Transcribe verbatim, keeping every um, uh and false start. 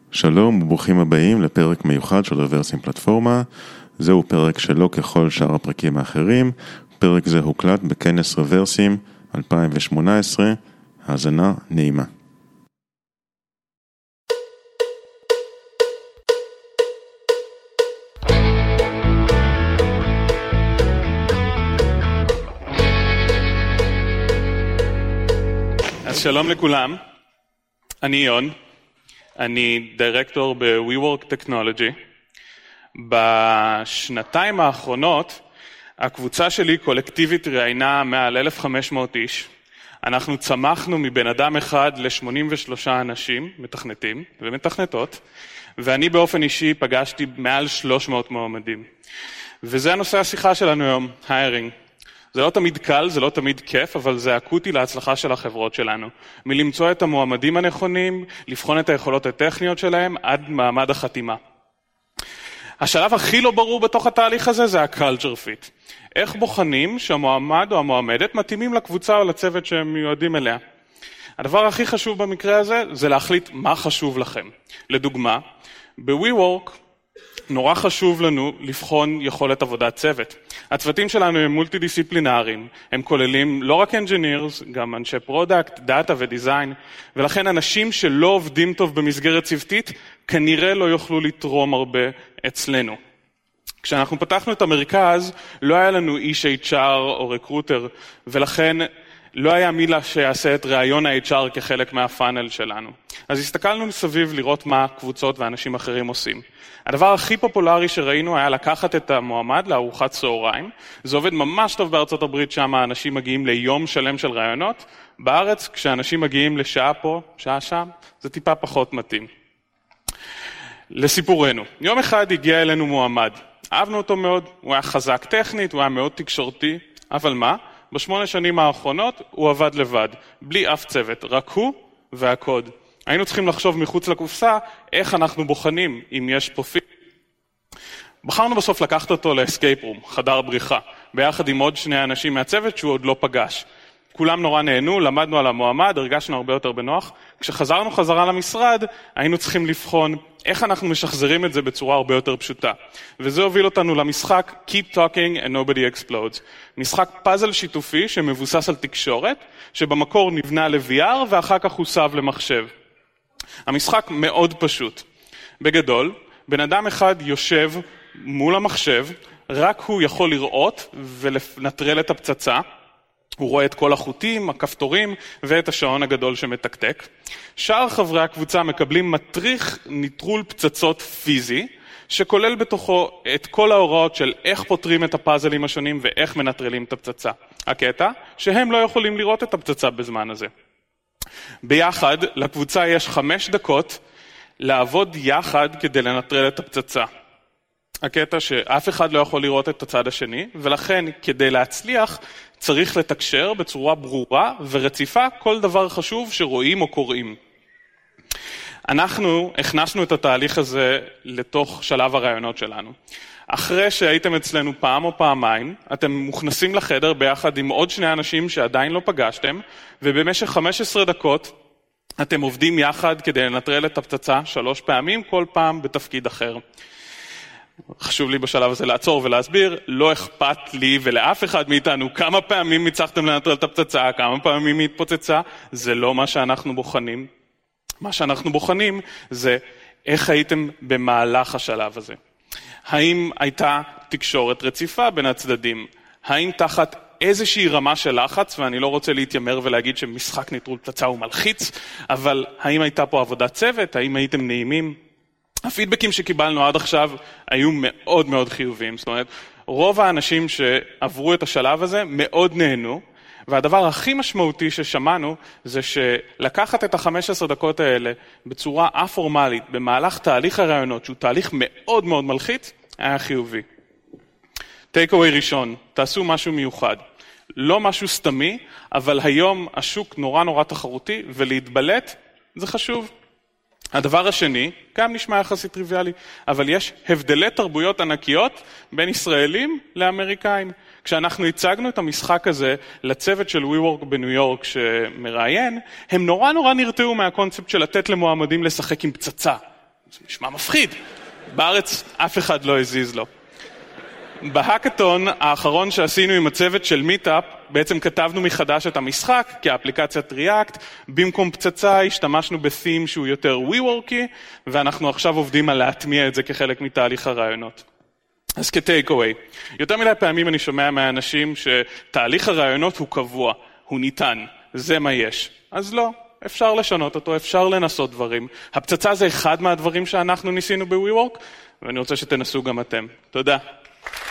שלום וברוכים הבאים לפרק מיוחד של רוורסים פלטפורמה. זהו פרק שלא ככל שאר הפרקים האחרים. פרק זה הוקלט בכנס רוורסים אלפיים שמונה עשרה. האזנה נעימה. אז שלום לכולם, אני יון, אני דירקטור ב-WeWork Technology. בשנתיים האחרונות הקבוצה שלי קולקטיבית ראיינה מעל אלף וחמש מאות איש. אנחנו צמחנו מבן אדם אחד ל-שמונים ושלושה אנשים, מתכנתים ומתכנתות, ואני באופן אישי פגשתי מעל שלוש מאות מועמדים. וזה הנושא השיחה שלנו היום, hiring. זה לא תמיד קל, זה לא תמיד כיף, אבל זה אקוטי להצלחה של החברות שלנו. מלמצוא את המועמדים הנכונים, לבחון את היכולות הטכניות שלהם עד מעמד החתימה. השלב הכי לא ברור בתוך התהליך הזה זה ה-culture fit. איך בוחנים שהמועמד או המועמדת מתאימים לקבוצה או לצוות שהם מיועדים אליה. הדבר הכי חשוב במקרה הזה זה להחליט מה חשוב לכם. לדוגמה, ב-WeWork נורא חשוב לנו לבחון יכולת עבודת צוות. הצוותים שלנו הם מולטי דיסציפלינריים, הם כוללים לא רק engineers, גם אנשי פרודקט, דאטה ודיזיין, ולכן אנשים שלא עובדים טוב במסגרת צוותית, כנראה לא יוכלו לתרום הרבה אצלנו. כשאנחנו פתחנו את המרכז, לא היה לנו איש אייץ' אר או רקרוטר, ולכן לא היה מילה שיעשה את רעיון ה-אייץ' אר כחלק מהפאנל שלנו. אז הסתכלנו מסביב לראות מה קבוצות ואנשים אחרים עושים. הדבר הכי פופולרי שראינו היה לקחת את המועמד לארוחת צהריים. זה עובד ממש טוב בארצות הברית, שם האנשים מגיעים ליום שלם של רעיונות. בארץ, כשאנשים מגיעים לשעה פה, שעה שם, זה טיפה פחות מתאים. לסיפורנו, יום אחד הגיע אלינו מועמד. אהבנו אותו מאוד, הוא היה חזק טכנית, הוא היה מאוד תקשורתי, אבל מה? בשמונה שנים האחרונות הוא עבד לבד, בלי אף צוות, רק הוא והקוד. היינו צריכים לחשוב מחוץ לקופסה איך אנחנו בוחנים אם יש פה פיט. בחרנו בסוף לקחת אותו לאסקייפ רום, חדר בריחה, ביחד עם עוד שני אנשים מהצוות שהוא עוד לא פגש. כולם נורא נהנו, למדנו על המועמד, הרגשנו הרבה יותר בנוח. כשחזרנו חזרה למשרד, היינו צריכים לבחון איך אנחנו משחזרים את זה בצורה הרבה יותר פשוטה. וזה הוביל אותנו למשחק Keep Talking and Nobody Explodes. משחק פאזל שיתופי שמבוסס על תקשורת, שבמקור נבנה ל-וי אר ואחר כך הוסב למחשב. המשחק מאוד פשוט. בגדול, בן אדם אחד יושב מול המחשב, רק הוא יכול לראות ולנטרל את הפצצה. הוא רואה את כל החוטים, הכפתורים ואת השעון הגדול שמתקתק. שאר חברי הקבוצה מקבלים מטריך ניטרול פצצות פיזי, שכולל בתוכו את כל ההוראות של איך פותרים את הפאזלים השונים ואיך מנטרלים את הפצצה. הקטע שהם לא יכולים לראות את הפצצה בזמן הזה. ביחד, לקבוצה יש חמש דקות לעבוד יחד כדי לנטרל את הפצצה. הקטע שאף אחד לא יכול לראות את הצד השני, ולכן כדי להצליח צריך לתקשר בצורה ברורה ורציפה כל דבר חשוב שרואים או קוראים. אנחנו הכנסנו את התהליך הזה לתוך שלב הרעיונות שלנו. אחרי שהייתם אצלנו פעם או פעמיים, אתם מוכנסים לחדר ביחד עם עוד שני אנשים שעדיין לא פגשתם, ובמשך חמש עשרה דקות אתם עובדים יחד כדי לנטרל את הפצצה שלוש פעמים, כל פעם בתפקיד אחר. חשוב לי בשלב הזה לעצור ולהסביר, לא אכפת לי ולאף אחד מאיתנו כמה פעמים הצלחתם לנטרל את הפצצה, כמה פעמים היא התפוצצה, זה לא מה שאנחנו בוחנים. מה שאנחנו בוחנים זה איך הייתם במהלך השלב הזה. האם הייתה תקשורת רציפה בין הצדדים? האם תחת איזושהי רמה של לחץ, ואני לא רוצה להתיימר ולהגיד שמשחק נטרול פצצה הוא מלחיץ, אבל האם הייתה פה עבודת צוות? האם הייתם נעימים? הפידבקים שקיבלנו עד עכשיו היו מאוד מאוד חיוביים. זאת אומרת, רוב האנשים שעברו את השלב הזה מאוד נהנו, והדבר הכי משמעותי ששמענו זה שלקחת את ה-חמש עשרה דקות האלה בצורה א-פורמלית, במהלך תהליך הרעיונות, שהוא תהליך מאוד מאוד מלחיץ, היה חיובי. טייק אווי ראשון, תעשו משהו מיוחד. לא משהו סתמי, אבל היום השוק נורא נורא תחרותי, ולהתבלט זה חשוב. הדבר השני, גם נשמע יחסית טריוויאלי, אבל יש הבדלי תרבויות ענקיות בין ישראלים לאמריקאים. כשאנחנו הצגנו את המשחק הזה לצוות של WeWork בניו יורק שמראיין, הם נורא נורא נרתעו מהקונספט של לתת למועמדים לשחק עם פצצה. זה נשמע מפחיד. בארץ אף אחד לא הזיז לו. בהאקתון האחרון שעשינו עם הצוות של מיטאפ, בעצם כתבנו מחדש את המשחק כאפליקציית ריאקט, במקום פצצה השתמשנו בתים שהוא יותר WeWorky, ואנחנו עכשיו עובדים על להטמיע את זה כחלק מתהליך הרעיונות. אז כטייק אווי, יותר מדי פעמים אני שומע מהאנשים שתהליך הרעיונות הוא קבוע, הוא ניתן, זה מה יש. אז לא, אפשר לשנות אותו, אפשר לנסות דברים. הפצצה זה אחד מהדברים שאנחנו ניסינו ב-WeWork, ואני רוצה שתנסו גם אתם. תודה.